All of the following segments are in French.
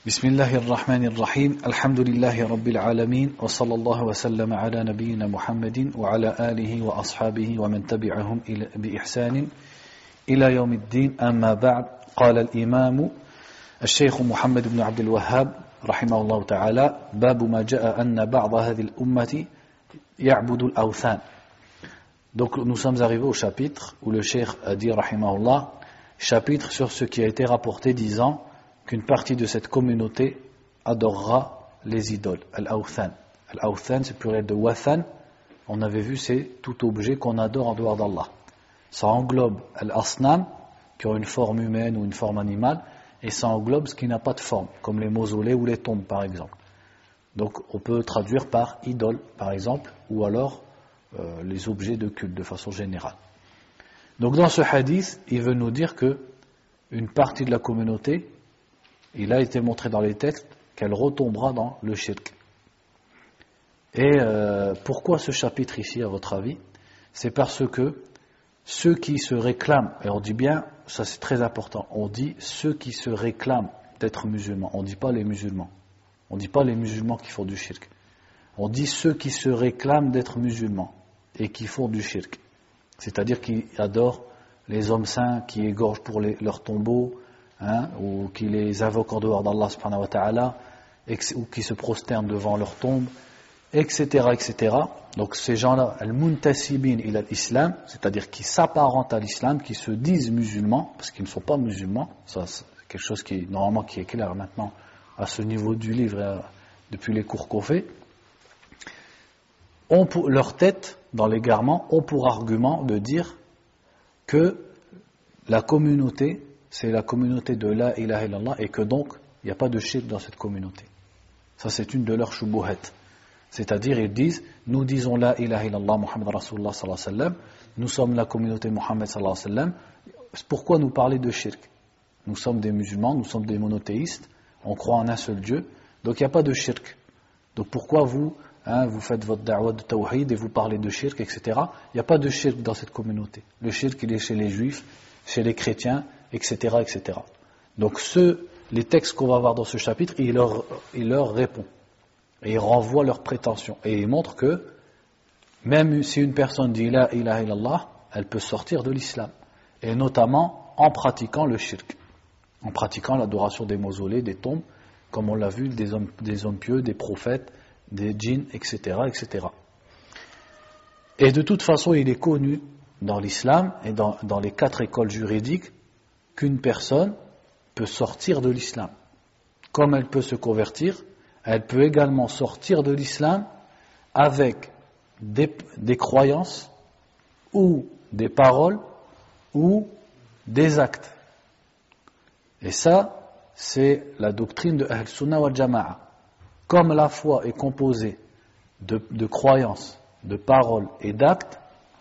بسم الله الرحمن الرحيم الحمد لله رب العالمين وصلى الله وسلم على نبينا محمد وعلى آله وأصحابه ومن تبعهم بإحسان إلى يوم الدين أما بعد قال الإمام الشيخ محمد بن عبد الوهاب رحمه الله تعالى باب ما جاء أن بعض هذه الأمة يعبد الأوثان. Donc nous sommes arrivés au chapitre où le cheikh a dit rahimahullah, chapitre sur ce qui a été rapporté disant qu'une partie de cette communauté adorera les idoles, al-awthan. Al-awthan, c'est pluriel de wathan. On avait vu, c'est tout objet qu'on adore en dehors d'Allah. Ça englobe al-asnam, qui ont une forme humaine ou une forme animale, et ça englobe ce qui n'a pas de forme, comme les mausolées ou les tombes par exemple. Donc on peut traduire par idole par exemple, ou alors les objets de culte de façon générale. Donc dans ce hadith, il veut nous dire que une partie de la communauté, il a été montré dans les textes qu'elle retombera dans le shirk. Et pourquoi ce chapitre ici, à votre avis? C'est parce que ceux qui se réclament, et on dit bien, ça c'est très important, on dit ceux qui se réclament d'être musulmans, on ne dit pas les musulmans. On ne dit pas les musulmans qui font du shirk. On dit ceux qui se réclament d'être musulmans et qui font du shirk. C'est-à-dire qui adorent les hommes saints, qui égorgent pour leurs tombeaux, ou qui les invoquent en dehors d'Allah subhanahu wa ta'ala, ou qui se prosternent devant leur tombe, etc., etc. Donc ces gens-là, al-muntasibin ila al-islam, c'est-à-dire qui s'apparentent à l'islam, qui se disent musulmans, parce qu'ils ne sont pas musulmans, ça c'est quelque chose qui normalement qui est clair maintenant à ce niveau du livre, depuis les cours qu'on fait, ont pour leur tête, dans l'égarement, ont pour argument de dire que la communauté, c'est la communauté de la ilaha illallah et que donc il n'y a pas de shirk dans cette communauté. Ça c'est une de leurs shubuhat. C'est-à-dire ils disent, nous disons la ilaha illallah Muhammad Rasulullah sallallahu alayhi wa sallam, nous sommes la communauté Muhammad sallallahu alayhi wa sallam, pourquoi nous parler de shirk? Nous sommes des musulmans, nous sommes des monothéistes, on croit en un seul Dieu, donc il n'y a pas de shirk. Donc pourquoi vous faites votre da'wah de tawhid et vous parlez de shirk, etc. Il n'y a pas de shirk dans cette communauté. Le shirk il est chez les juifs, chez les chrétiens, etc., etc. Donc les textes qu'on va voir dans ce chapitre, il leur répond. Et il renvoie leurs prétentions. Et il montre que même si une personne dit la ilaha illallah, elle peut sortir de l'islam. Et notamment en pratiquant le shirk. En pratiquant l'adoration des mausolées, des tombes, comme on l'a vu, des hommes pieux, des prophètes, des djinns, etc., etc. Et de toute façon, il est connu dans l'islam et dans les 4 écoles juridiques qu'une personne peut sortir de l'islam. Comme elle peut se convertir, elle peut également sortir de l'islam avec des croyances ou des paroles ou des actes. Et ça, c'est la doctrine de Ahl Sunnah wal Jama'a. Comme la foi est composée de croyances, de paroles et d'actes,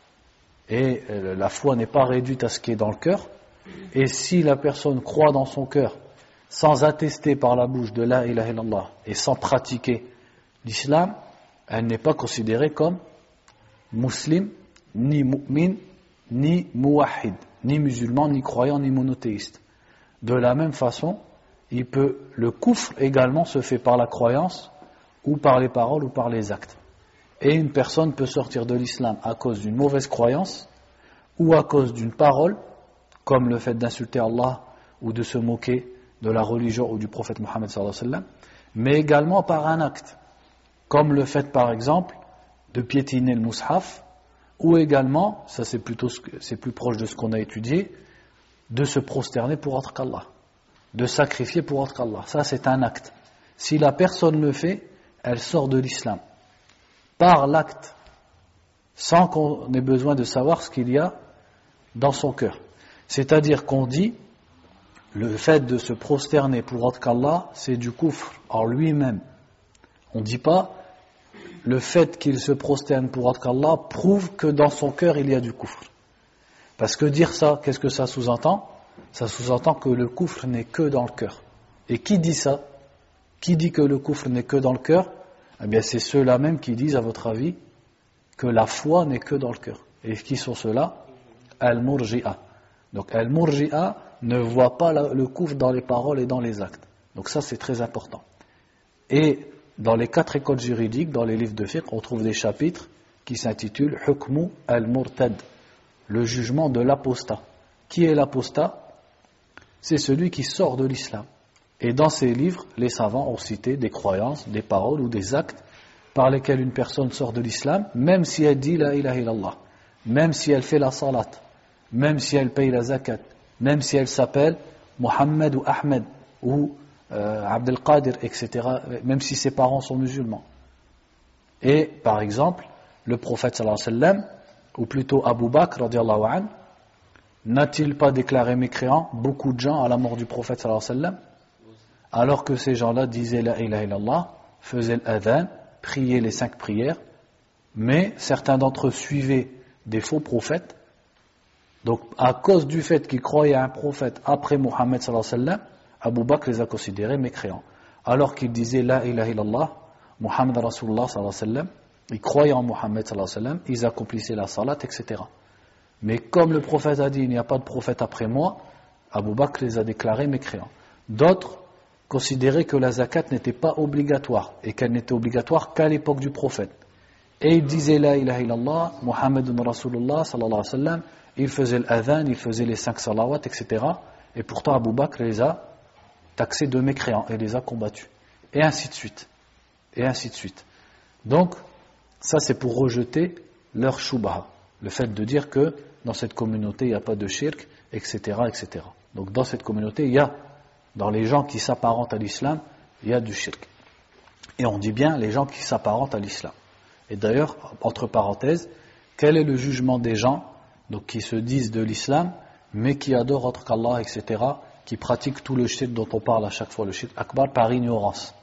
et la foi n'est pas réduite à ce qui est dans le cœur, et si la personne croit dans son cœur sans attester par la bouche de la ilaha illallah et sans pratiquer l'islam, elle n'est pas considérée comme musulman, ni mu'min, ni muwahhid, ni musulman, ni croyant, ni monothéiste. De la même façon, le kufr également se fait par la croyance ou par les paroles ou par les actes. Et une personne peut sortir de l'islam à cause d'une mauvaise croyance ou à cause d'une parole, comme le fait d'insulter Allah ou de se moquer de la religion ou du prophète Mohammed sallallahu alayhi wa sallam, mais également par un acte, comme le fait par exemple de piétiner le mushaf, ou également, ça c'est plus proche de ce qu'on a étudié, de se prosterner pour autre qu'Allah, de sacrifier pour autre qu'Allah. Ça c'est un acte. Si la personne le fait, elle sort de l'islam par l'acte, sans qu'on ait besoin de savoir ce qu'il y a dans son cœur. C'est-à-dire qu'on dit, le fait de se prosterner pour autre qu'Allah, c'est du kufr en lui-même. On ne dit pas, le fait qu'il se prosterne pour autre qu'Allah prouve que dans son cœur il y a du kufr. Parce que dire ça, qu'est-ce que ça sous-entend? Ça sous-entend que le kufr n'est que dans le cœur. Et qui dit ça? Qui dit que le kufr n'est que dans le cœur? Eh bien c'est ceux-là même qui disent, à votre avis, que la foi n'est que dans le cœur. Et qui sont ceux-là? Al-Murji'a. Donc Al-Murji'a ne voit pas le kufr dans les paroles et dans les actes. Donc ça c'est très important. Et dans les 4 écoles juridiques, dans les livres de fiqh, on trouve des chapitres qui s'intitulent Hukmu al-Murtad, le jugement de l'apostat. Qui est l'apostat? C'est celui qui sort de l'islam. Et dans ces livres, les savants ont cité des croyances, des paroles ou des actes par lesquels une personne sort de l'islam, même si elle dit la ilaha illallah, même si elle fait la salat, même si elle paye la zakat, même si elle s'appelle Mohammed ou Ahmed ou Abdel Qadir, etc., même si ses parents sont musulmans. Et par exemple, le prophète sallallahu alayhi wa sallam, ou plutôt Abu Bakr radiallahu anhu, n'a-t-il pas déclaré mécréant beaucoup de gens à la mort du prophète sallallahu alayhi wa sallam, alors que ces gens-là disaient la ilaha illallah, faisaient l'adhan, priaient les 5 prières, mais certains d'entre eux suivaient des faux prophètes. Donc à cause du fait qu'ils croyaient à un prophète après Mohammed sallallahu alayhi wa sallam, Abu Bakr les a considérés mécréants, alors qu'ils disaient la ilaha illallah, Muhammad Rasulullah sallallahu alayhi wa sallam, ils croyaient en Mohammed sallallahu alayhi wa sallam, ils accomplissaient la salat, etc. Mais comme le prophète a dit il n'y a pas de prophète après moi, Abu Bakr les a déclarés mécréants. D'autres considéraient que la zakat n'était pas obligatoire et qu'elle n'était obligatoire qu'à l'époque du prophète. Et ils disaient la ilaha illallah, Muhammadun Rasulullah sallallahu alayhi wa sallam, ils faisaient l'adhan, ils faisaient les 5 salawats, etc. Et pourtant Abu Bakr les a taxés de mécréants et les a combattus. Et ainsi de suite. Et ainsi de suite. Donc, ça c'est pour rejeter leur shubha. Le fait de dire que dans cette communauté il n'y a pas de shirk, etc., etc. Donc dans cette communauté il y a, dans les gens qui s'apparentent à l'islam, il y a du shirk. Et on dit bien les gens qui s'apparentent à l'islam. Et d'ailleurs, entre parenthèses, quel est le jugement des gens donc, qui se disent de l'islam, mais qui adorent autre qu'Allah, etc., qui pratiquent tout le shirk dont on parle à chaque fois, le shirk akbar, par ignorance?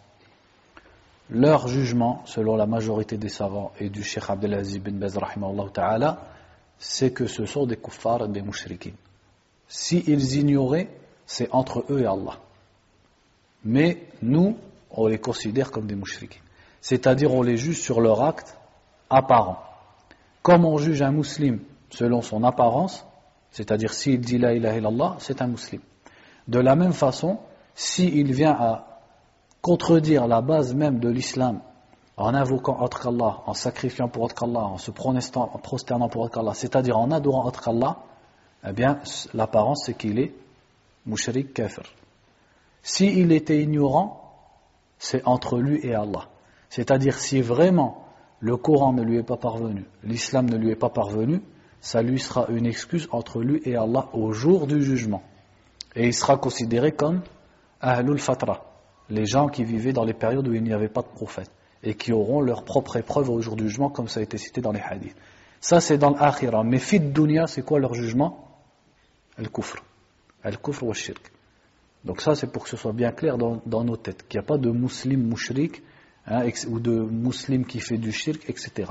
Leur jugement, selon la majorité des savants et du Cheikh Abdelaziz bin Baz rahimahullah ta'ala, c'est que ce sont des kuffars et des mushrikines. S'ils ignoraient, c'est entre eux et Allah. Mais nous, on les considère comme des mushrikines. C'est-à-dire on les juge sur leur acte apparent. Comme on juge un musulman selon son apparence, c'est-à-dire s'il dit la ilaha illallah, c'est un musulman. De la même façon, s'il vient à contredire la base même de l'islam en invoquant autre qu'Allah, en sacrifiant pour autre qu'Allah, en se prosternant pour autre qu'Allah, c'est-à-dire en adorant autre qu'Allah, eh bien l'apparence c'est qu'il est mushrik kafir. S'il était ignorant, c'est entre lui et Allah. C'est-à-dire si vraiment le Coran ne lui est pas parvenu, l'islam ne lui est pas parvenu, ça lui sera une excuse entre lui et Allah au jour du jugement. Et il sera considéré comme Ahlul Fatra, les gens qui vivaient dans les périodes où il n'y avait pas de prophète et qui auront leur propre épreuve au jour du jugement, comme ça a été cité dans les hadiths. Ça c'est dans l'akhira. Mais fid dunya, c'est quoi leur jugement? Al-kufr. Al-kufr wa shirk. Donc ça c'est pour que ce soit bien clair dans nos têtes, qu'il n'y a pas de musulman mushrik, ou de musulman qui fait du shirk, etc.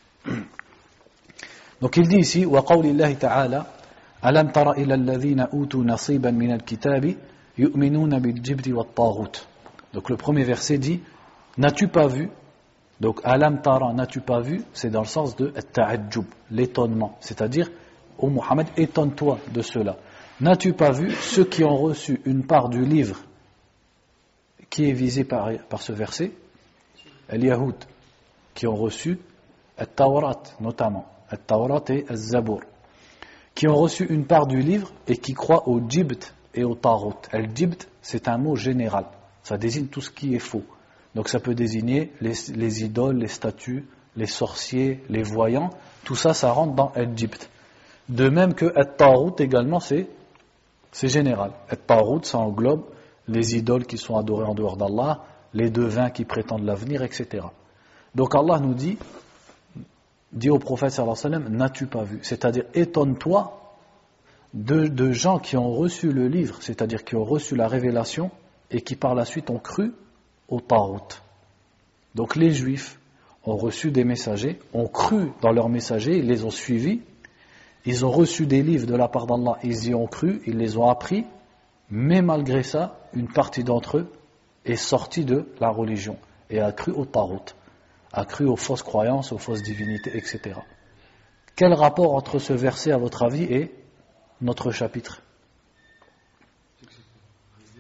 Donc il dit ici, wa qawlillahi ta'ala, alam tara ila alladhina utu nasiban min al-kitabi yu'minuna bil-jibti wat-taghut. Donc le premier verset dit, n'as-tu pas vu? Donc alam tara, n'as-tu pas vu? C'est dans le sens de at-ta'ajjub, l'étonnement, c'est-à-dire, ô Muhammad, étonne-toi de cela. N'as-tu pas vu ceux qui ont reçu une part du livre qui est visé par ce verset? Al-Yahoud, qui ont reçu At-Tawrat notamment, At-Tawrat et Al-Zabour, qui ont reçu une part du livre et qui croient au Jibt et au Taghut. Al-Jibt, c'est un mot général, ça désigne tout ce qui est faux. Donc ça peut désigner les idoles, les statues, les sorciers, les voyants, tout ça, ça rentre dans Al-Jibt. De même que At-Taghut également, c'est général. At-Taghut, ça englobe les idoles qui sont adorées en dehors d'Allah, les devins qui prétendent l'avenir, etc. Donc Allah nous dit au prophète sallallahu alayhi wa sallam, n'as-tu pas vu? C'est-à-dire, étonne-toi de gens qui ont reçu le livre, c'est-à-dire qui ont reçu la révélation et qui par la suite ont cru au Taghut. Donc les juifs ont reçu des messagers, ont cru dans leurs messagers, ils les ont suivis, ils ont reçu des livres de la part d'Allah, ils y ont cru, ils les ont appris, mais malgré ça, une partie d'entre eux est sortie de la religion et a cru au Taghut, a cru aux fausses croyances, aux fausses divinités, etc. Quel rapport entre ce verset, à votre avis, et notre chapitre?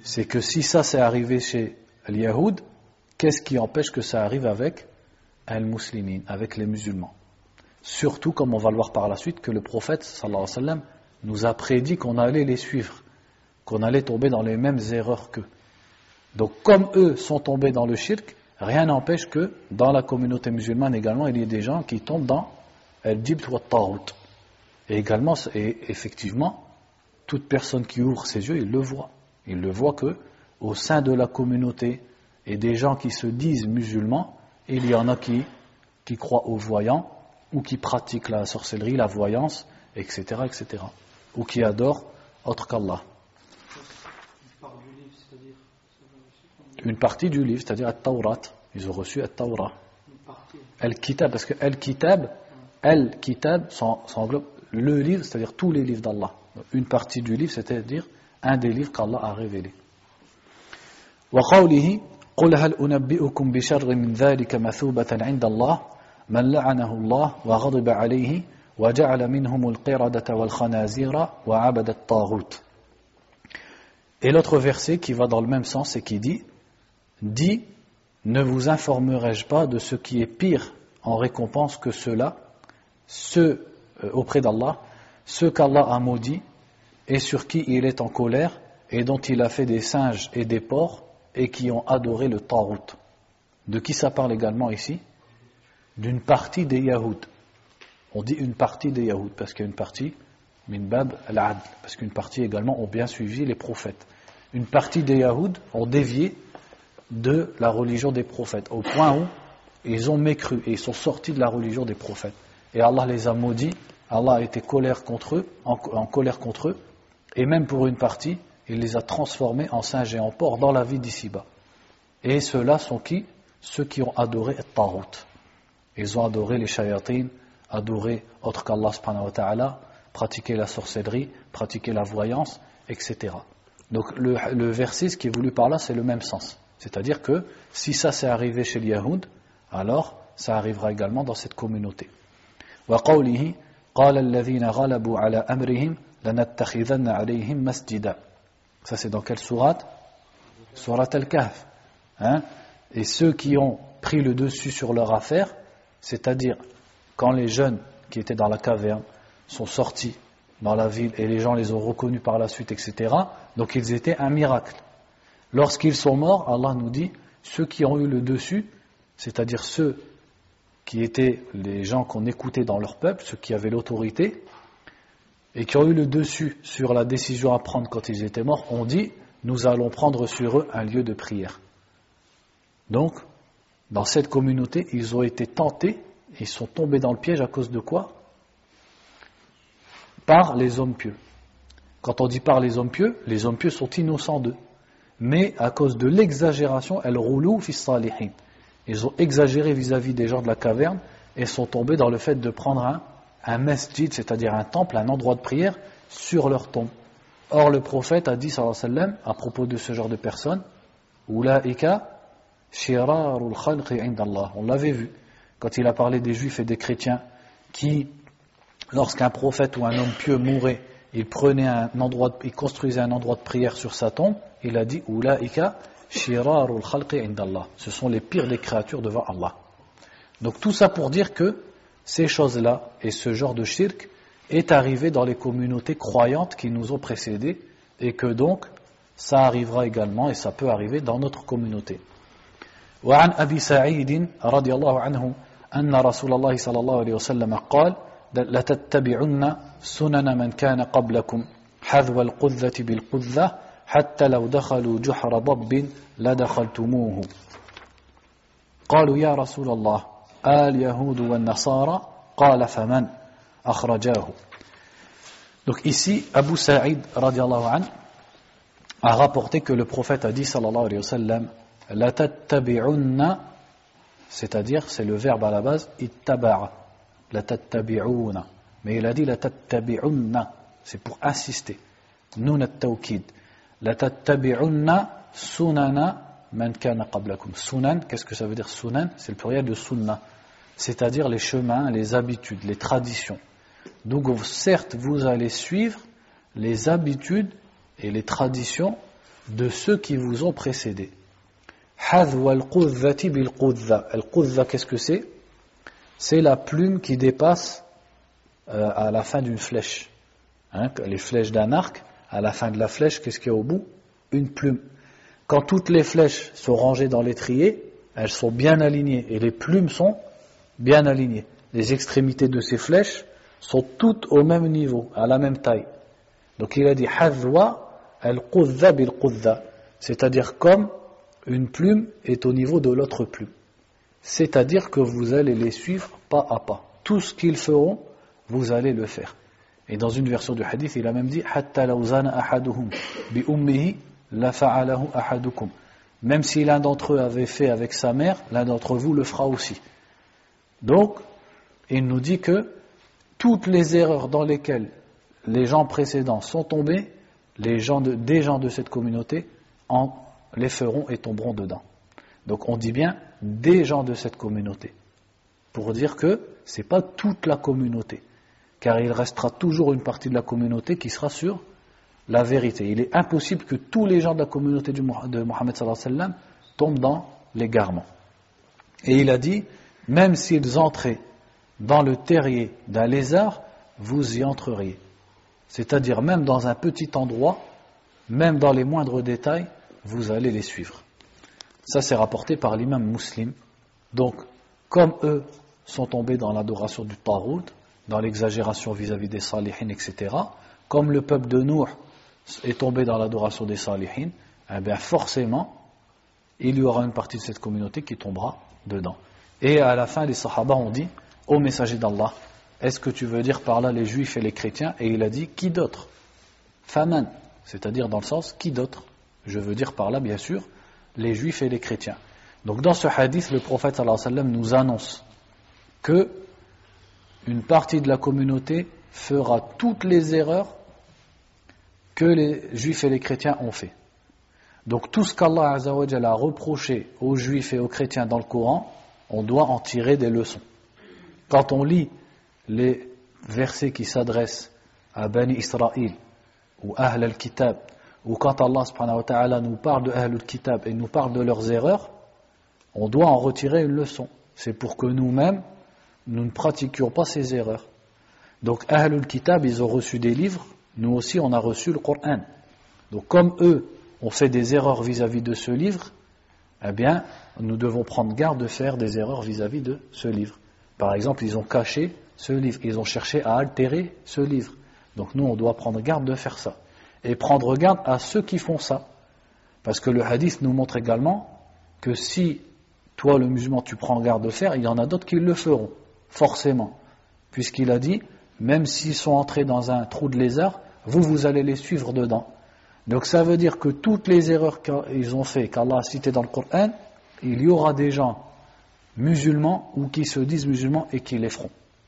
C'est que si ça c'est arrivé chez les Yahoud, qu'est-ce qui empêche que ça arrive avec al-Muslimin, avec les musulmans? Surtout, comme on va le voir par la suite, que le prophète sallallahu alayhi wa sallam nous a prédit qu'on allait les suivre, qu'on allait tomber dans les mêmes erreurs qu'eux. Donc comme eux sont tombés dans le shirk, rien n'empêche que dans la communauté musulmane également, il y ait des gens qui tombent dans al-jibt wa at-taghut. Et également, et effectivement, toute personne qui ouvre ses yeux, il le voit. Il le voit que au sein de la communauté et des gens qui se disent musulmans, il y en a qui croient aux voyants, ou qui pratiquent la sorcellerie, la voyance, etc., etc. Ou qui adorent autre qu'Allah. Une partie du livre, c'est-à-dire At-Tawrat. Ils ont reçu At-Tawrat. Al-Kitab, parce que Al-Kitab, ça englobe le livre, c'est-à-dire tous les livres d'Allah. Une partie du livre, c'est-à-dire un des livres qu'Allah a révélé. وقوله قل هل أنبئكم بشر من ذلك مثوبة عند الله من لعنه الله وغضب عليه وجعل منهم القردة والخنازير وعبد الطاغوت. Et l'autre verset qui va dans le même sens et qui dit ne vous informerai-je pas de ce qui est pire en récompense que ceux-là, ceux auprès d'Allah, ceux qu'Allah a maudits et sur qui il est en colère et dont il a fait des singes et des porcs et qui ont adoré le Taghut. De qui ça parle également ici? D'une partie des Yahoud. On dit une partie des Yahoud parce qu'il y a une partie min bab al-adl, parce qu'une partie également ont bien suivi les prophètes. Une partie des Yahoud ont dévié de la religion des prophètes au point où ils ont mécru et ils sont sortis de la religion des prophètes. Et Allah les a maudits, Allah a été en colère contre eux, et même pour une partie, il les a transformés en singes et en porcs dans la vie d'ici-bas. Et ceux-là sont qui? Ceux qui ont adoré At-Taghut. Ils ont adoré les shayatines, adoré autre qu'Allah subhanahu wa ta'ala, pratiqué la sorcellerie, pratiqué la voyance, etc. Donc le verset, ce qui est voulu par là, c'est le même sens. C'est-à-dire que si ça s'est arrivé chez les Yahoud, alors ça arrivera également dans cette communauté. وَقَوْلِهِ قَالَ الَّذِينَ غَلَبُوا عَلَى أَمْرِهِمْ لَنَتَّخِذَنَّ عَلَيْهِمْ مَسْجِدًا. Ça c'est dans quelle sourate? Sourate Al-Kahf. Et ceux qui ont pris le dessus sur leur affaire, c'est-à-dire quand les jeunes qui étaient dans la caverne sont sortis dans la ville et les gens les ont reconnus par la suite, etc. Donc ils étaient un miracle. Lorsqu'ils sont morts, Allah nous dit, ceux qui ont eu le dessus, c'est-à-dire ceux qui étaient les gens qu'on écoutait dans leur peuple, ceux qui avaient l'autorité, et qui ont eu le dessus sur la décision à prendre quand ils étaient morts, on dit, nous allons prendre sur eux un lieu de prière. Donc, dans cette communauté, ils ont été tentés, ils sont tombés dans le piège à cause de quoi? Par les hommes pieux. Quand on dit par les hommes pieux sont innocents d'eux. Mais à cause de l'exagération, elles roulent fi salihin. Ils ont exagéré vis-à-vis des gens de la caverne et sont tombés dans le fait de prendre un masjid, c'est-à-dire un temple, un endroit de prière, sur leur tombe. Or, le prophète a dit, sallallahu alayhi wa sallam, à propos de ce genre de personnes, Ulaika shirarul khalqi indallah. On l'avait vu, quand il a parlé des juifs et des chrétiens qui, lorsqu'un prophète ou un homme pieux mourait, il construisait un endroit de prière sur sa tombe, il a dit Ulaika shirarul khalqi indallah. Ce sont les pires des créatures devant Allah. Donc tout ça pour dire que ces choses-là et ce genre de shirk est arrivé dans les communautés croyantes qui nous ont précédés et que donc ça arrivera également et ça peut arriver dans notre communauté. وعن أبي سعيد رضي الله عنه أن رسول الله صلى الله عليه وسلم قال لتتبعن سنن من كان قبلكم حذو القذة بالقذة حتى لو دخلوا جحر ضب لدخلتموه قالوا يا رسول الله اليهود والنصارى قال فمن أخرجاه. Donc ici Abu Sa'id radiallahu anhu a rapporté que le prophète a dit sallallahu alayhi wa sallam la tattabi'unna, c'est-à-dire c'est le verbe à la base ittaba'a, la tattabi'una, mais il a dit la tattabi'unna, c'est pour insister, nun at-tawkid, la tattabi'unna sunana man kana qablakum. Sunan, qu'est-ce que ça veut dire sunan? C'est le pluriel de sunna, c'est-à-dire les chemins, les habitudes, les traditions. Donc certes vous allez suivre les habitudes et les traditions de ceux qui vous ont précédés. Hadwa al-qudhati bil-qudha. Al-qudha, qu'est-ce que c'est? C'est la plume qui dépasse à la fin d'une flèche. Les flèches d'un arc, à la fin de la flèche, qu'est-ce qu'il y a au bout? Une plume. Quand toutes les flèches sont rangées dans l'étrier, elles sont bien alignées et les plumes sont bien alignées. Les extrémités de ces flèches sont toutes au même niveau, à la même taille. Donc il a dit hadwa al-qudha bil-qudha, c'est-à-dire comme une plume est au niveau de l'autre plume. C'est-à-dire que vous allez les suivre pas à pas. Tout ce qu'ils feront, vous allez le faire. Et dans une version du hadith, il a même dit hatta law zana ahaduhum bi ummihi la fa'alahu ahadukum. Même si l'un d'entre eux avait fait avec sa mère, l'un d'entre vous le fera aussi. Donc, il nous dit que toutes les erreurs dans lesquelles les gens précédents sont tombés, des gens de cette communauté les feront et tomberont dedans. Donc on dit bien des gens de cette communauté, pour dire que ce n'est pas toute la communauté, car il restera toujours une partie de la communauté qui sera sur la vérité. Il est impossible que tous les gens de la communauté de Mohammed sallallahu alayhi wa sallam tombent dans l'égarement. Et il a dit, même s'ils entraient dans le terrier d'un lézard, vous y entreriez. C'est-à-dire même dans un petit endroit, même dans les moindres détails, vous allez les suivre. Ça c'est rapporté par l'imam Muslim. Donc, comme eux sont tombés dans l'adoration du Tarout, dans l'exagération vis-à-vis des Salihin, etc., comme le peuple de Nuh est tombé dans l'adoration des Salihin, eh bien forcément, il y aura une partie de cette communauté qui tombera dedans. Et à la fin, les Sahaba ont dit, ô messager d'Allah, est-ce que tu veux dire par là les Juifs et les chrétiens? Et il a dit, qui d'autre? Faman, c'est-à-dire dans le sens, qui d'autre? Je veux dire par là, bien sûr, les Juifs et les chrétiens. Donc dans ce hadith, le prophète sallallahu alayhi wa sallam nous annonce que une partie de la communauté fera toutes les erreurs que les Juifs et les chrétiens ont fait. Donc tout ce qu'Allah azza wa jalla a reproché aux Juifs et aux chrétiens dans le Coran, on doit en tirer des leçons. Quand on lit les versets qui s'adressent à Bani Israël ou Ahl al-Kitab, ou quand Allah subhanahu wa ta'ala nous parle de Ahl al-Kitab et nous parle de leurs erreurs, on doit en retirer une leçon. C'est pour que nous-mêmes, nous ne pratiquions pas ces erreurs. Donc Ahl al-Kitab, ils ont reçu des livres, nous aussi on a reçu le Coran. Donc comme eux ont fait des erreurs vis-à-vis de ce livre, eh bien nous devons prendre garde de faire des erreurs vis-à-vis de ce livre. Par exemple, ils ont caché ce livre, ils ont cherché à altérer ce livre. Donc nous on doit prendre garde de faire ça. Et prendre garde à ceux qui font ça. Parce que le hadith nous montre également que si toi le musulman tu prends garde de faire, il y en a d'autres qui le feront, forcément. Puisqu'il a dit, même s'ils sont entrés dans un trou de lézard, vous allez les suivre dedans. Donc ça veut dire que toutes les erreurs qu'ils ont fait, qu'Allah a citées dans le Coran, il y aura des gens musulmans ou qui se disent musulmans et qui les feront.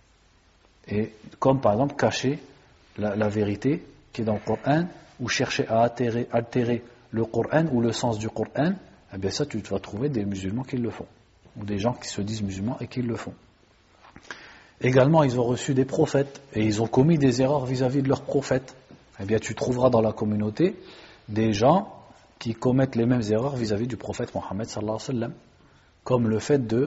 Et comme par exemple cacher la vérité qui est dans le Coran, ou chercher à altérer le Coran ou le sens du Coran, eh bien ça tu vas trouver des musulmans qui le font, ou des gens qui se disent musulmans et qui le font. Également, ils ont reçu des prophètes et ils ont commis des erreurs vis-à-vis de leurs prophètes. Eh bien, tu trouveras dans la communauté des gens qui commettent les mêmes erreurs vis-à-vis du prophète Mohammed sallallahu alayhi wa sallam, comme le fait de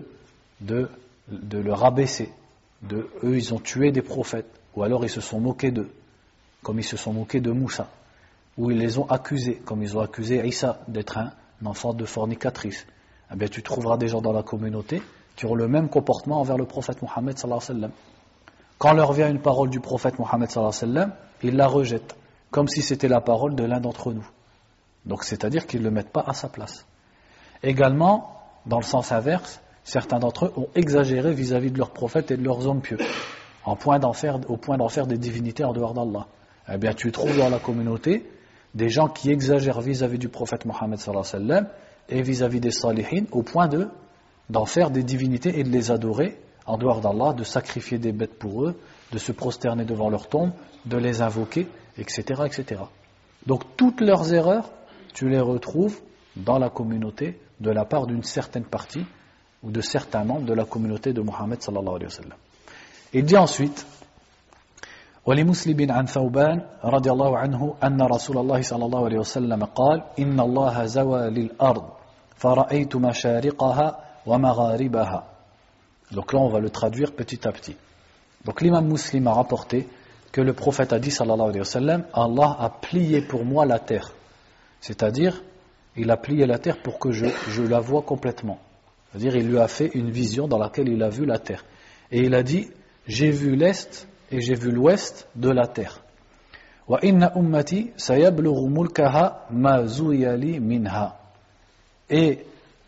le rabaisser. Eux, ils ont tué des prophètes, ou alors ils se sont moqués d'eux, comme ils se sont moqués de Moussa, ou ils les ont accusés, comme ils ont accusé Isa d'être un enfant de fornicatrice. Eh bien, tu trouveras des gens dans la communauté qui ont le même comportement envers le prophète Mohammed sallallahu alayhi wa sallam. Quand leur vient une parole du prophète Mohammed sallallahu alayhi wa sallam, ils la rejettent, comme si c'était la parole de l'un d'entre nous. Donc c'est-à-dire qu'ils ne le mettent pas à sa place. Également, dans le sens inverse, certains d'entre eux ont exagéré vis-à-vis de leurs prophètes et de leurs hommes pieux, au point d'en faire des divinités en dehors d'Allah. Eh bien, tu trouves dans la communauté des gens qui exagèrent vis-à-vis du prophète Mohammed sallallahu alayhi wa sallam et vis-à-vis des salihin, au point d'en faire des divinités et de les adorer en dehors d'Allah, de sacrifier des bêtes pour eux, de se prosterner devant leur tombe, de les invoquer, etc., etc. Donc toutes leurs erreurs, tu les retrouves dans la communauté de la part d'une certaine partie ou de certains membres de la communauté de Mohammed sallallahu alayhi wa sallam. Il dit ensuite, ولمسلم عن ثوبان رضي الله عنه أن رسول الله صلى الله عليه وسلم قال إن الله زوى للأرض فرأيت مشارقها ومغاربها. Donc là on va le traduire petit à petit. Donc l'imam Muslim a rapporté que le prophète a dit sallallahu alayhi wa sallam, Allah a plié pour moi la terre. C'est-à-dire, il a plié la terre pour que je la vois complètement. C'est-à-dire, il lui a fait une vision dans laquelle il a vu la terre. Et il a dit, j'ai vu l'est et j'ai vu l'ouest de la terre. Wa inna ummati sayablughu mulkaha ma zuya li minha. Et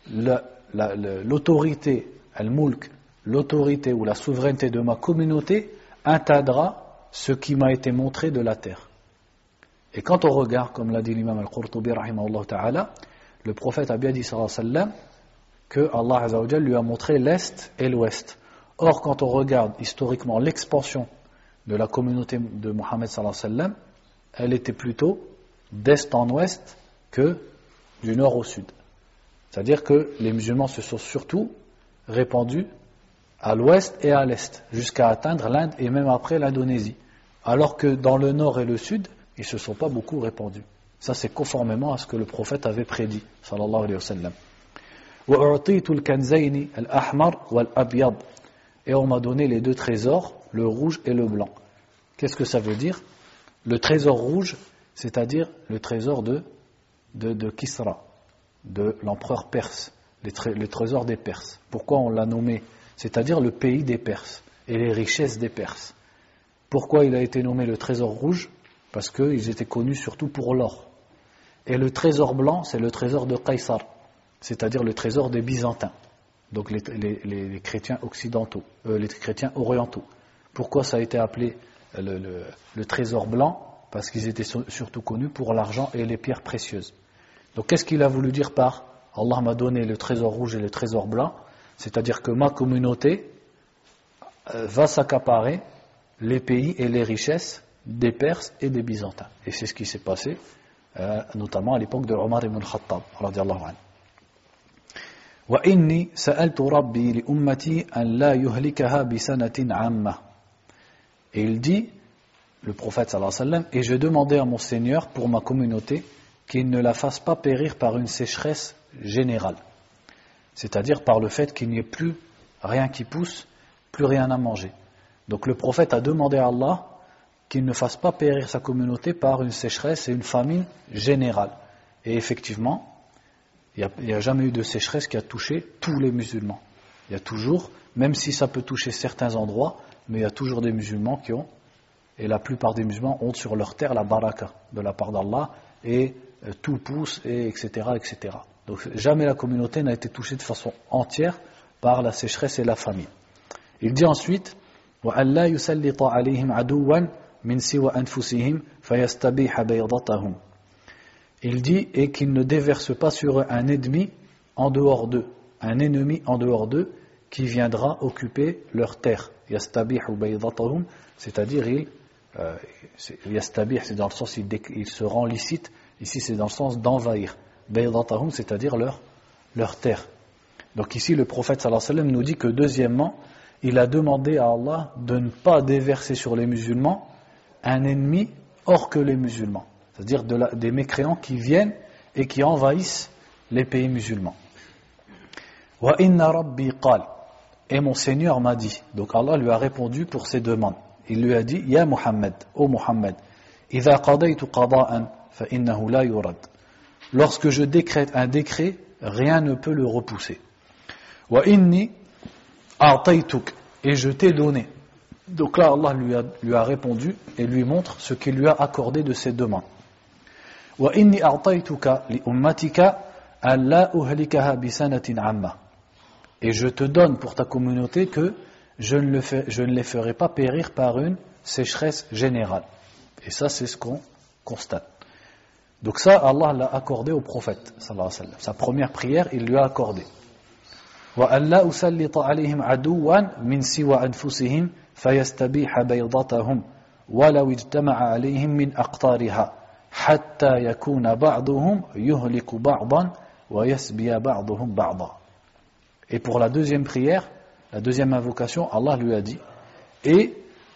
l'autorité, al-mulk, l'autorité ou la souveraineté de ma communauté atteindra ce qui m'a été montré de la terre. Et quand on regarde, comme l'a dit l'imam al-Qurtubi rahimahullah ta'ala, le prophète a bien dit sallallahu alayhi wa sallam que Allah azza wa jalla lui a montré l'est et l'ouest. Or, quand on regarde historiquement l'expansion de la communauté de Mohammed sallallahu alayhi wa sallam, elle était plutôt d'est en ouest que du nord au sud. C'est-à-dire que les musulmans se sont surtout répandus à l'ouest et à l'est, jusqu'à atteindre l'Inde et même après l'Indonésie. Alors que dans le nord et le sud, ils ne se sont pas beaucoup répandus. Ça, c'est conformément à ce que le prophète avait prédit, sallallahu alayhi wa sallam. وَأُعْطِيتُ الْكَنْزَيْنِ الْأَحْمَرِ وَالْأَبْيَضِ. Et on m'a donné les deux trésors, le rouge et le blanc. Qu'est-ce que ça veut dire? Le trésor rouge, c'est-à-dire le trésor de Kisra, de l'empereur perse, le trésor des Perses. Pourquoi on l'a nommé? C'est-à-dire le pays des Perses et les richesses des Perses. Pourquoi il a été nommé le trésor rouge? Parce qu'ils étaient connus surtout pour l'or. Et le trésor blanc, c'est le trésor de Qaysar, c'est-à-dire le trésor des Byzantins, donc les chrétiens occidentaux, les chrétiens orientaux. Pourquoi ça a été appelé le trésor blanc? Parce qu'ils étaient surtout connus pour l'argent et les pierres précieuses. Donc qu'est-ce qu'il a voulu dire par Allah m'a donné le trésor rouge et le trésor blanc? C'est-à-dire que ma communauté va s'accaparer les pays et les richesses des Perses et des Byzantins. Et c'est ce qui s'est passé, notamment à l'époque de Omar ibn al-Khattab, radiyallahu anhu. وَإِنِّي سَأَلْتُ رَبِّي لِأُمَّتِي أَنْ لَا يُهْلِكَهَا بِسَنَةٍ عَامَّةٍ. Et il dit, le prophète sallallahu alayhi wa sallam, et je demandais à mon Seigneur pour ma communauté qu'il ne la fasse pas périr par une sécheresse générale. C'est-à-dire par le fait qu'il n'y ait plus rien qui pousse, plus rien à manger. Donc le prophète a demandé à Allah qu'il ne fasse pas périr sa communauté par une sécheresse et une famine générale. Et effectivement, il n'y a jamais eu de sécheresse qui a touché tous les musulmans. Il y a toujours, même si ça peut toucher certains endroits, mais il y a toujours des musulmans qui ont, et la plupart des musulmans ont sur leur terre la baraka de la part d'Allah, et tout pousse, et etc., etc. Donc jamais la communauté n'a été touchée de façon entière par la sécheresse et la famine. Il dit ensuite, وَأَلَّا يُسَلِّطَ عَلَيْهِمْ عَدُوًّا مِنْ سِوَى أَنفُسِهِمْ فَيَسْتَبِيحَ بَيْضَتَهُمْ. Il dit, et qu'il ne déverse pas sur eux un ennemi en dehors d'eux, un ennemi en dehors d'eux qui viendra occuper leur terre. يَسْتَبِيحُ بَيْضَتَهُمْ, c'est-à-dire yastabih, c'est dans le sens il se rend licite, ici c'est dans le sens d'envahir. Baydatahum, c'est-à-dire leur terre. Donc ici le prophète sallallahu alayhi wa sallam nous dit que deuxièmement, il a demandé à Allah de ne pas déverser sur les musulmans un ennemi hors que les musulmans, c'est-à-dire des mécréants qui viennent et qui envahissent les pays musulmans. Wa inna rabbi qal, et mon Seigneur m'a dit. Donc Allah lui a répondu pour ses demandes. Il lui a dit, Ya Muhammad, ô Muhammad, idha qadaytu qada'an fa innahu la yurad. Lorsque je décrète un décret, rien ne peut le repousser. Wa inni a'taytuk, et je t'ai donné. Donc là, Allah lui a répondu et lui montre ce qu'il lui a accordé de ses demandes. Wa inni a'taytuka li ummatika an la uhlikaha bi sanatin 'amma. Et je te donne pour ta communauté que je ne les ferai pas périr par une sécheresse générale. Et ça, c'est ce qu'on constate. Donc ça, Allah l'a accordé au prophète, sallallahu alayhi wa sallam. Sa première prière, il lui a accordé. وَأَنْ لَا أُسَلِّطَ عَلَيْهِمْ عَدُوًّا مِنْ سِوَى أَنفُسِهِمْ فَيَسْتَبِيحَ بَيْضَتَهُمْ وَلَوْ اجْتَمَعَ عَلَيْهِمْ مِنْ أَقْطَارِهَا حَتَّى يَكُونَ بَعْضُهُمْ يُهْلِكُ بَعْضًا وَيَسْبِيَ بَعْضُهُمْ بَعْضًا. Et pour la deuxième prière, la deuxième invocation, Allah lui a dit, et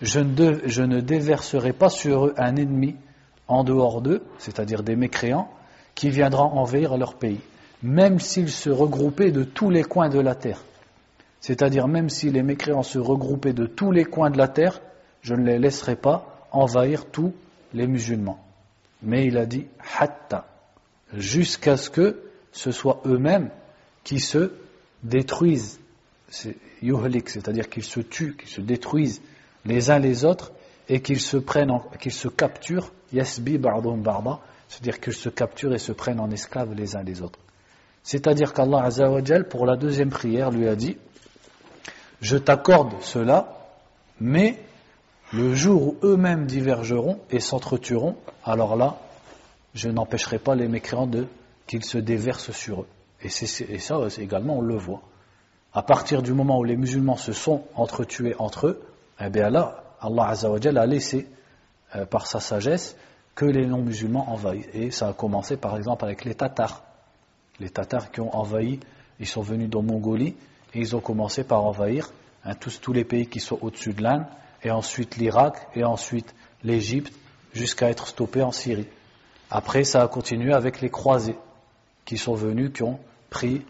je ne déverserai pas sur eux un ennemi en dehors d'eux, c'est-à-dire des mécréants, qui viendront envahir leur pays, même s'ils se regroupaient de tous les coins de la terre. C'est-à-dire même si les mécréants se regroupaient de tous les coins de la terre, je ne les laisserai pas envahir tous les musulmans. Mais il a dit « hatta » jusqu'à ce que ce soit eux-mêmes qui se détruisent, yuhlik, c'est-à-dire qu'ils se tuent, qu'ils se détruisent les uns les autres et qu'ils se capturent, yasbi ba'dhum ba'da, c'est-à-dire qu'ils se capturent et se prennent en esclaves les uns les autres. C'est-à-dire qu'Allah Azza wa Jal, pour la deuxième prière, lui a dit « Je t'accorde cela, mais le jour où eux-mêmes divergeront et s'entretueront, alors là, je n'empêcherai pas les mécréants qu'ils se déversent sur eux. » Et ça également, on le voit. À partir du moment où les musulmans se sont entretués entre eux, eh bien là, Allah Azza wa Jal a laissé, par sa sagesse, que les non-musulmans envahissent. Et ça a commencé par exemple avec les Tatars. Les Tatars qui ont envahi, ils sont venus de Mongolie et ils ont commencé par envahir tous les pays qui sont au-dessus de l'Inde, et ensuite l'Irak, et ensuite l'Égypte, jusqu'à être stoppés en Syrie. Après, ça a continué avec les croisés qui sont venus, qui ont pris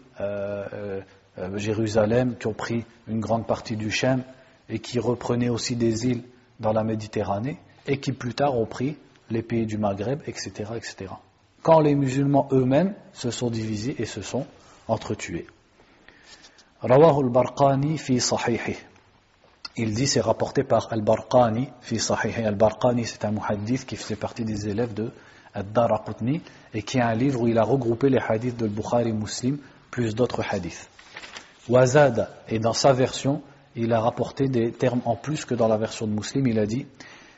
Jérusalem, qui ont pris une grande partie du Chem et qui reprenaient aussi des îles dans la Méditerranée et qui plus tard ont pris les pays du Maghreb, etc., etc. Quand les musulmans eux-mêmes se sont divisés et se sont entretués. Rawahu al-Barqani fi sahihi. Il dit, c'est rapporté par al-Barqani fi sahihi. Al-Barqani, c'est un muhaddith qui faisait partie des élèves de Ad-Daraqutni et qui a un livre où il a regroupé les hadiths de Bukhari Muslim plus d'autres hadiths. Wazada, et dans sa version, il a rapporté des termes en plus que dans la version de Muslim. Il a dit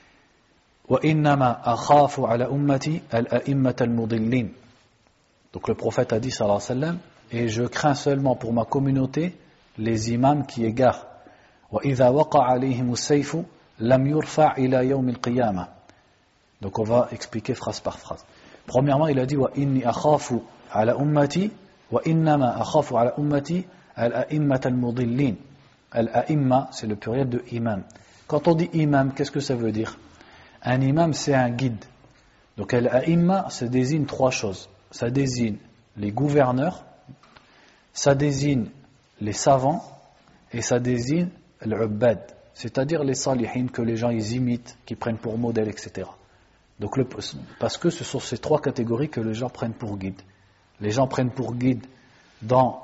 wa innama akhafu ala ummati al-a'immat al-mudillin. Donc le prophète a dit sallallahu alayhi wa sallam, et je crains seulement pour ma communauté les imams qui égarent. Wa idha waqa alayhim as-sayfu lam yurfa ila yawm al-qiyamah. Donc on va expliquer phrase par phrase. Premièrement, il a dit wa inni akhafu ala ummati wa innama akhafu ala ummati al-a'immat al-mudillin. Al-a'imma, c'est le pluriel de imam. Quand on dit imam, qu'est-ce que ça veut dire? Un imam, c'est un guide. Donc al-a'imma, ça désigne trois choses. Ça désigne les gouverneurs, ça désigne les savants et ça désigne l'ubbad, c'est-à-dire les salihin que les gens ils imitent, qui prennent pour modèle, etc. Donc parce que ce sont ces trois catégories que les gens prennent pour guide. Les gens prennent pour guide dans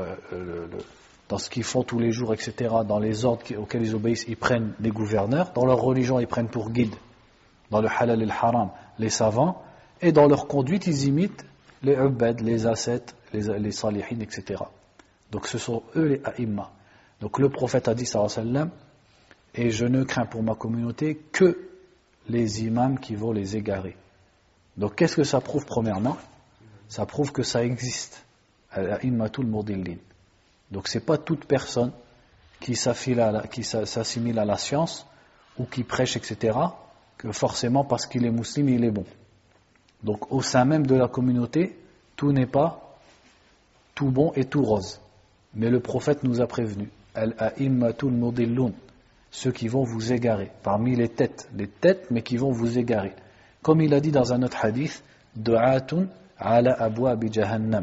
ce qu'ils font tous les jours, etc., dans les ordres auxquels ils obéissent, ils prennent les gouverneurs. Dans leur religion, ils prennent pour guide, dans le halal et le haram, les savants. Et dans leur conduite, ils imitent les ubbad, les ascètes, les salihin, etc. Donc ce sont eux les a'imma. Donc le prophète a dit, sallallahu alayhi wa sallam, et je ne crains pour ma communauté que les imams qui vont les égarer. Donc qu'est-ce que ça prouve premièrement? Ça prouve que ça existe. Al-a'immatul mudillin. Donc c'est pas toute personne qui s'assimile à la science ou qui prêche, etc., que forcément parce qu'il est musulman, il est bon. Donc au sein même de la communauté, tout n'est pas tout bon et tout rose. Mais le prophète nous a prévenu, al-a'immatul mudillun, ceux qui vont vous égarer, parmi les têtes mais qui vont vous égarer. Comme il a dit dans un autre hadith, du'atun ala abwabi jahannam.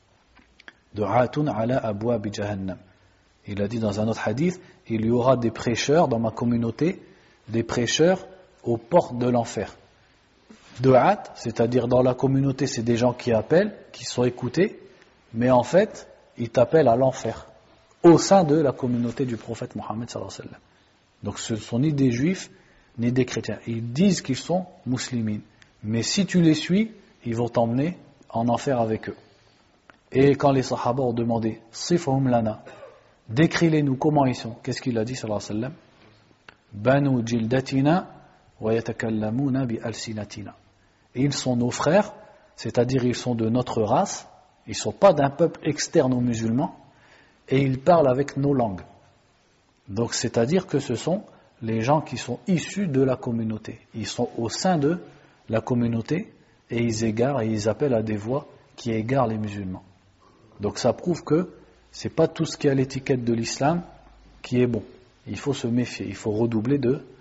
Du'atun ala abwabi jahannam. Il a dit dans un autre hadith, il y aura des prêcheurs dans ma communauté, des prêcheurs aux portes de l'enfer. Du'at, c'est-à-dire dans la communauté, c'est des gens qui appellent, qui sont écoutés, mais en fait, ils t'appellent à l'enfer, au sein de la communauté du prophète Mohammed sallallahu alayhi wa sallam. Donc ce ne sont ni des juifs, ni des chrétiens. Ils disent qu'ils sont muslimines, mais si tu les suis, ils vont t'emmener en enfer avec eux. Et quand les sahaba ont demandé « Sifhum lana » décris-les-nous comment ils sont, qu'est-ce qu'il a dit sallallahu alayhi wa sallam? « Banu jildatina wa yatakallamuna bi alsinatina » Ils sont nos frères, c'est-à-dire ils sont de notre race, ils ne sont pas d'un peuple externe aux musulmans, et ils parlent avec nos langues. Donc c'est-à-dire que ce sont les gens qui sont issus de la communauté. Ils sont au sein de la communauté, et ils égarent et ils appellent à des voies qui égarent les musulmans. Donc ça prouve que c'est pas tout ce qui est à l'étiquette de l'islam qui est bon. Il faut se méfier, il faut redoubler de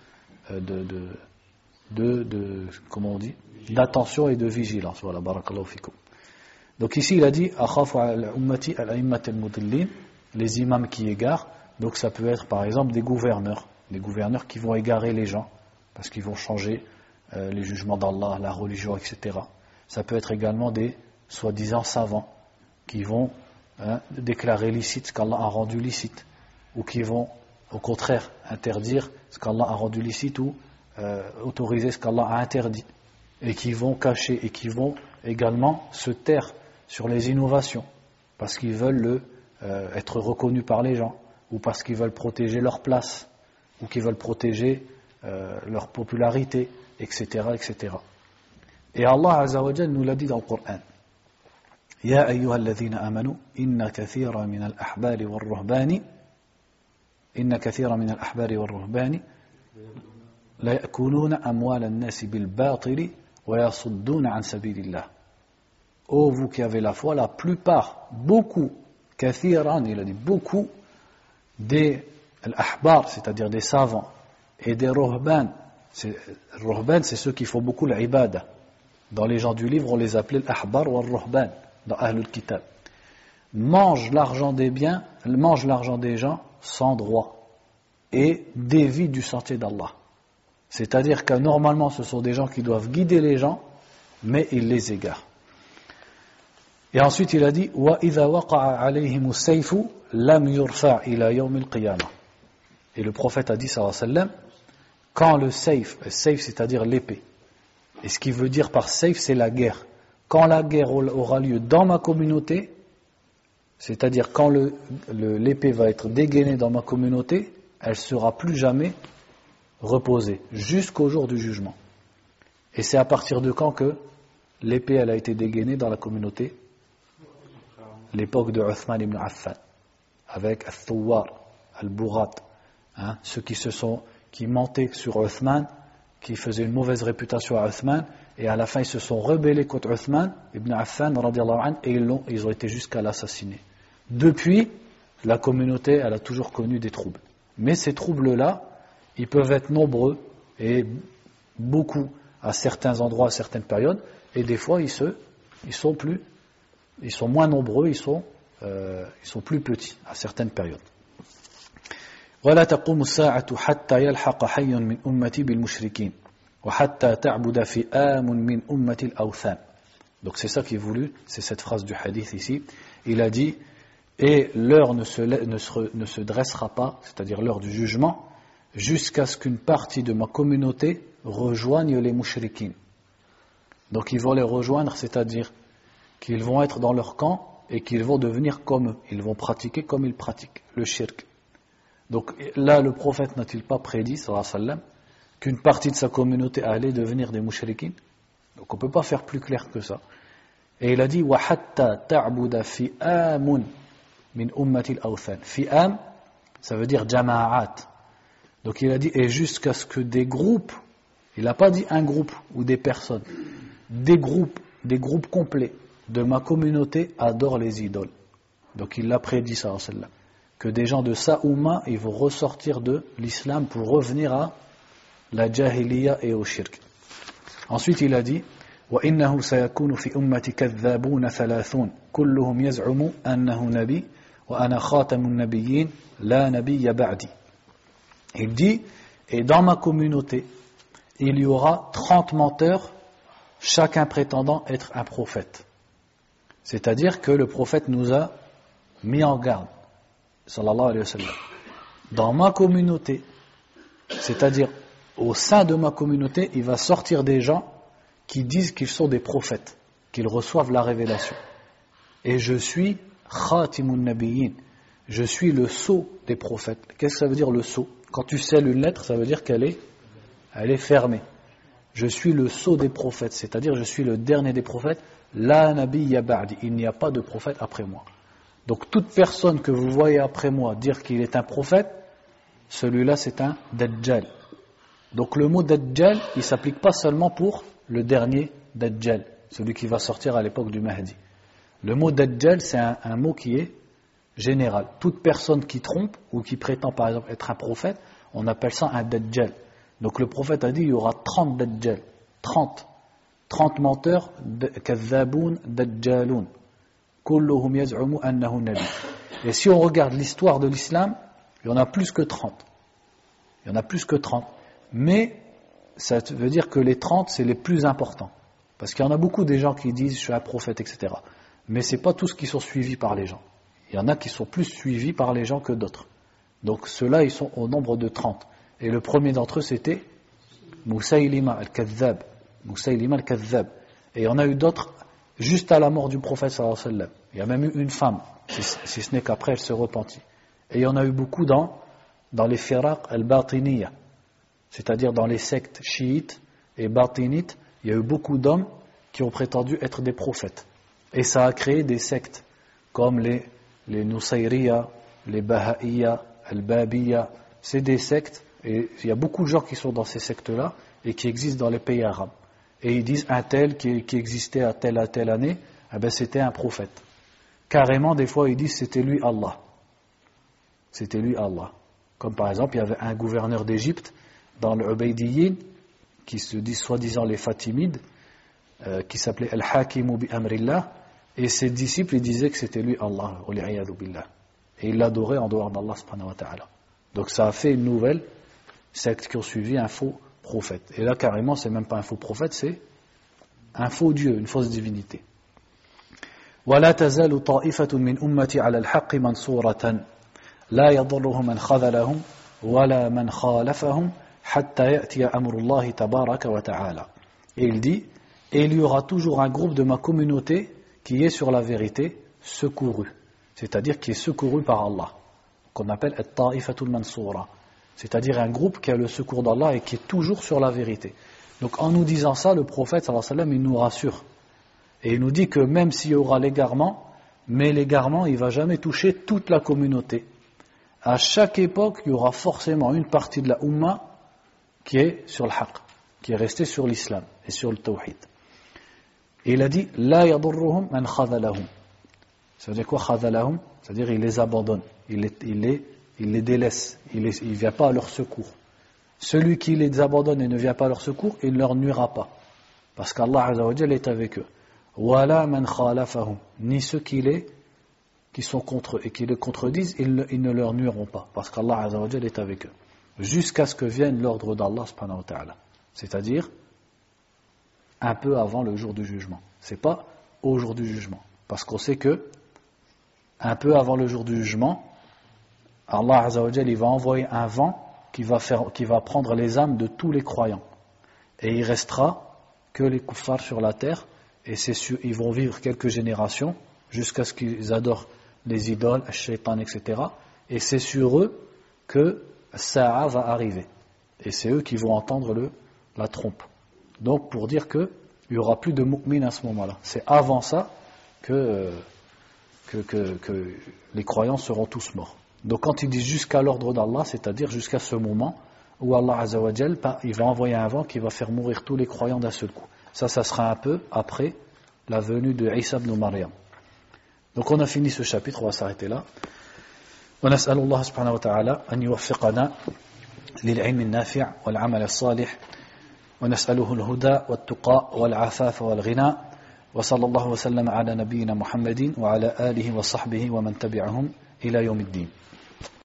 comment on dit, d'attention et de vigilance. Voilà, barakallahu fikum. Donc ici il a dit akhafu ala ummati al-a'immat al-mudillin, les imams qui égarent. Donc ça peut être par exemple des gouverneurs qui vont égarer les gens parce qu'ils vont changer les jugements d'Allah, la religion, etc. Ça peut être également des soi-disant savants qui vont déclarer licite ce qu'Allah a rendu licite, ou qui vont au contraire interdire ce qu'Allah a rendu licite, ou autoriser ce qu'Allah a interdit, et qui vont cacher et qui vont également se taire sur les innovations parce qu'ils veulent être reconnus par les gens, ou parce qu'ils veulent protéger leur place, ou qu'ils veulent protéger leur popularité, etc., etc. Et Allah Azza wa Jalla nous l'a dit dans le Coran. Ya ayyuhalladhina amanu inna kathira min al-ahbari wal-ruhbani la ya'kuluna amwal an-nasi bil-batili wa yasudduna an sabilillah. Ô vous qui avez la foi, la plupart, beaucoup, kathiran, il a dit beaucoup, des al-ahbar, c'est-à-dire des savants, et des ruhban. Ruhban, c'est ceux qui font beaucoup l'ibada. Dans les gens du livre, on les appelait al-ahbar ou al-ruhban, dans Ahlul Kitab. Mange l'argent des biens, mange l'argent des gens sans droit, et dévie du sentier d'Allah. C'est-à-dire que normalement, ce sont des gens qui doivent guider les gens, mais ils les égarent. Et ensuite, il a dit وَإِذَا وَقَعَ عَلَيْهِمُ السَّيْفُ لَمْ يُرْفَعْ إِلَى يَوْمِ الْقِيَامَةِ. Et le prophète a dit, sallallahu alayhi wa sallam, quand le sayf c'est-à-dire l'épée, et ce qui veut dire par sayf, c'est la guerre. Quand la guerre aura lieu dans ma communauté, c'est-à-dire quand l'épée va être dégainée dans ma communauté, elle ne sera plus jamais reposée, jusqu'au jour du jugement. Et c'est à partir de quand que l'épée elle a été dégainée dans la communauté? L'époque de Uthman ibn Affan, avec al-Thawar, al-Bourat, ceux qui mentaient sur Uthman, qui faisaient une mauvaise réputation à Uthman, et à la fin ils se sont rebellés contre Uthman ibn Affan radiallahu anhu, et ils ont été jusqu'à l'assassiner. Depuis, la communauté elle a toujours connu des troubles. Mais ces troubles-là, ils peuvent être nombreux et beaucoup à certains endroits, à certaines périodes, et des fois ils sont moins nombreux, ils sont plus petits à certaines périodes. ولا تقوم الساعة حتى يلحق حي من أمتي بالمشركين وحتى تعبد فئام من أمة الأوثان. Donc c'est ça qui est voulu, c'est cette phrase du hadith ici. Il a dit, et l'heure ne se dressera pas, c'est-à-dire l'heure du jugement, jusqu'à ce qu'une partie de ma communauté rejoigne les mouchriquines. Donc ils vont les rejoindre, c'est-à-dire qu'ils vont être dans leur camp et qu'ils vont devenir comme eux. Ils vont pratiquer comme ils pratiquent, le shirk. Donc là, le prophète n'a-t-il pas prédit, sallallahu alayhi wa sallam, qu'une partie de sa communauté allait devenir des mouchriquines? Donc on ne peut pas faire plus clair que ça. Et il a dit وَحَتَّى تَعْبُدَ فِئَامٌ مِنْ أُمَّةِ الْأَوْثَانِ. Fi'am, ça veut dire jama'at. Donc il a dit, et jusqu'à ce que des groupes, il n'a pas dit un groupe ou des personnes, des groupes complets de ma communauté adorent les idoles. Donc il l'a prédit, sallallahu alayhi wa sallam, que des gens de sa umma, ils vont ressortir de l'islam pour revenir à la jahiliya et au shirk. Ensuite il a dit وَإِنَّهُ سَيَكُونُ فِي أُمَّتِ كَذَّابُونَ ثَلَاثُونَ كُلُّهُمْ يَزْعُمُ أَنَّهُ نَبِيٌّ وَأَنَا خَاتَمُ النَّبِيِّينَ لَا نَبِيَّ بَعْدِي. Il dit, et dans ma communauté, il y aura 30 menteurs, chacun prétendant être un prophète. C'est-à-dire que le prophète nous a mis en garde, sallallahu alayhi wa sallam. Dans ma communauté, c'est-à-dire au sein de ma communauté, il va sortir des gens qui disent qu'ils sont des prophètes, qu'ils reçoivent la révélation. Et je suis khatimun nabiyyin, je suis le sceau des prophètes. Qu'est-ce que ça veut dire le sceau? Quand tu scelles une lettre, ça veut dire qu'elle est fermée. Je suis le sceau des prophètes, c'est-à-dire je suis le dernier des prophètes. La nabiyya ba'di, il n'y a pas de prophète après moi. Donc toute personne que vous voyez après moi dire qu'il est un prophète, celui-là c'est un dajjal. Donc le mot dajjal, il ne s'applique pas seulement pour le dernier dajjal, celui qui va sortir à l'époque du Mahdi. Le mot dajjal, c'est un mot qui est général. Toute personne qui trompe ou qui prétend par exemple être un prophète, on appelle ça un dajjal. Donc le prophète a dit il y aura 30 Dajjal, 30 menteurs, Kadhaboun, Dajjaloun, kulluhum yaz'umu annahu nabi. Et si on regarde l'histoire de l'islam, il y en a plus que 30. Il y en a plus que 30. Mais ça veut dire que les 30, c'est les plus importants. Parce qu'il y en a beaucoup des gens qui disent je suis un prophète, etc. Mais ce n'est pas tous qui sont suivis par les gens. Il y en a qui sont plus suivis par les gens que d'autres. Donc ceux-là, ils sont au nombre de 30. Et le premier d'entre eux, c'était Musaylima al-Kadhab. Musaylima al-Kadhab. Et il y en a eu d'autres juste à la mort du prophète sallallahu alayhi wa sallam. Il y a même eu une femme, si ce n'est qu'après elle se repentit. Et il y en a eu beaucoup dans les firaq al-Batiniya, c'est-à-dire dans les sectes chiites et batinites. Il y a eu beaucoup d'hommes qui ont prétendu être des prophètes. Et ça a créé des sectes comme les Nusayriya, les Baha'iyya, al-Babiyya. C'est des sectes, et il y a beaucoup de gens qui sont dans ces sectes-là et qui existent dans les pays arabes. Et ils disent un tel qui existait à telle année, eh ben c'était un prophète. Carrément, des fois, ils disent c'était lui Allah. C'était lui Allah. Comme par exemple, il y avait un gouverneur d'Égypte dans le Ubaydiyyin, qui se disent soi-disant les Fatimides, qui s'appelait Al-Hakimu bi Amrillah, et ses disciples ils disaient que c'était lui Allah, et ils l'adoraient en dehors d'Allah subhanahu wa ta'ala. Donc ça a fait une nouvelle secte qui ont suivi un faux prophète. Et là carrément c'est même pas un faux prophète, c'est un faux Dieu, une fausse divinité. وَلَا تَزَالُ طَائِفَةٌ مِّنْ أُمَّتِي عَلَى الْحَقِّ مَنْصُورَةً لَا يَضُرُّهُمْ مَنْ خَذَلَهُمْ وَلَا مَنْ خَالَفَهُمْ حَتَّى يَأْتِيَ أَمْرُ اللَّهِ تَبَارَكَ وَتَعَالَى. Et il dit, et il y aura toujours un groupe de ma communauté qui est sur la vérité secouru, c'est-à-dire qui est secouru par Allah, qu'on appelle at-ta'ifatul mansura, c'est-à-dire un groupe qui a le secours d'Allah et qui est toujours sur la vérité. Donc en nous disant ça, le prophète sallallahu alayhi wa sallam, il nous rassure et il nous dit que même s'il y aura l'égarement, mais l'égarement il ne va jamais toucher toute la communauté. À chaque époque il y aura forcément une partie de la Ummah qui est sur le haqq, qui est restée sur l'islam et sur le tawhid. Et il a dit la yadurruhum man khadhalahum. Ça veut dire quoi khadhalahum? C'est-à-dire il les abandonne, il les délaisse, il ne vient pas à leur secours. Celui qui les abandonne et ne vient pas à leur secours, il ne leur nuira pas, parce qu'Allah Azza wa Jalla est avec eux. Wala man khalafahum, ni ceux qui sont contre eux et qui les contredisent, ils ne leur nuiront pas, parce qu'Allah Azza wa Jalla est avec eux, jusqu'à ce que vienne l'ordre d'Allah subhanahu wa ta'ala, c'est-à-dire un peu avant le jour du jugement. C'est pas au jour du jugement, parce qu'on sait que un peu avant le jour du jugement, Allah Azza wa Jalla, il va envoyer un vent qui va prendre les âmes de tous les croyants, et il restera que les kuffars sur la terre, et ils vont vivre quelques générations jusqu'à ce qu'ils adorent les idoles, le shaitan, etc. Et c'est sur eux que Sa'a va arriver, et c'est eux qui vont entendre la trompe. Donc pour dire qu'il n'y aura plus de mu'min à ce moment-là. C'est avant ça que les croyants seront tous morts. Donc quand il dit jusqu'à l'ordre d'Allah, c'est-à-dire jusqu'à ce moment où Allah Azza wa Jal, il va envoyer un vent qui va faire mourir tous les croyants d'un seul coup. Ça sera un peu après la venue de Isa ibn Maryam. Donc on a fini ce chapitre, on va s'arrêter là. ونسأل الله سبحانه وتعالى أن يوفقنا للعلم النافع والعمل الصالح ونسأله الهدى والتقى والعفاف والغنى وصلى الله وسلم على نبينا محمد وعلى آله وصحبه ومن تبعهم إلى يوم الدين.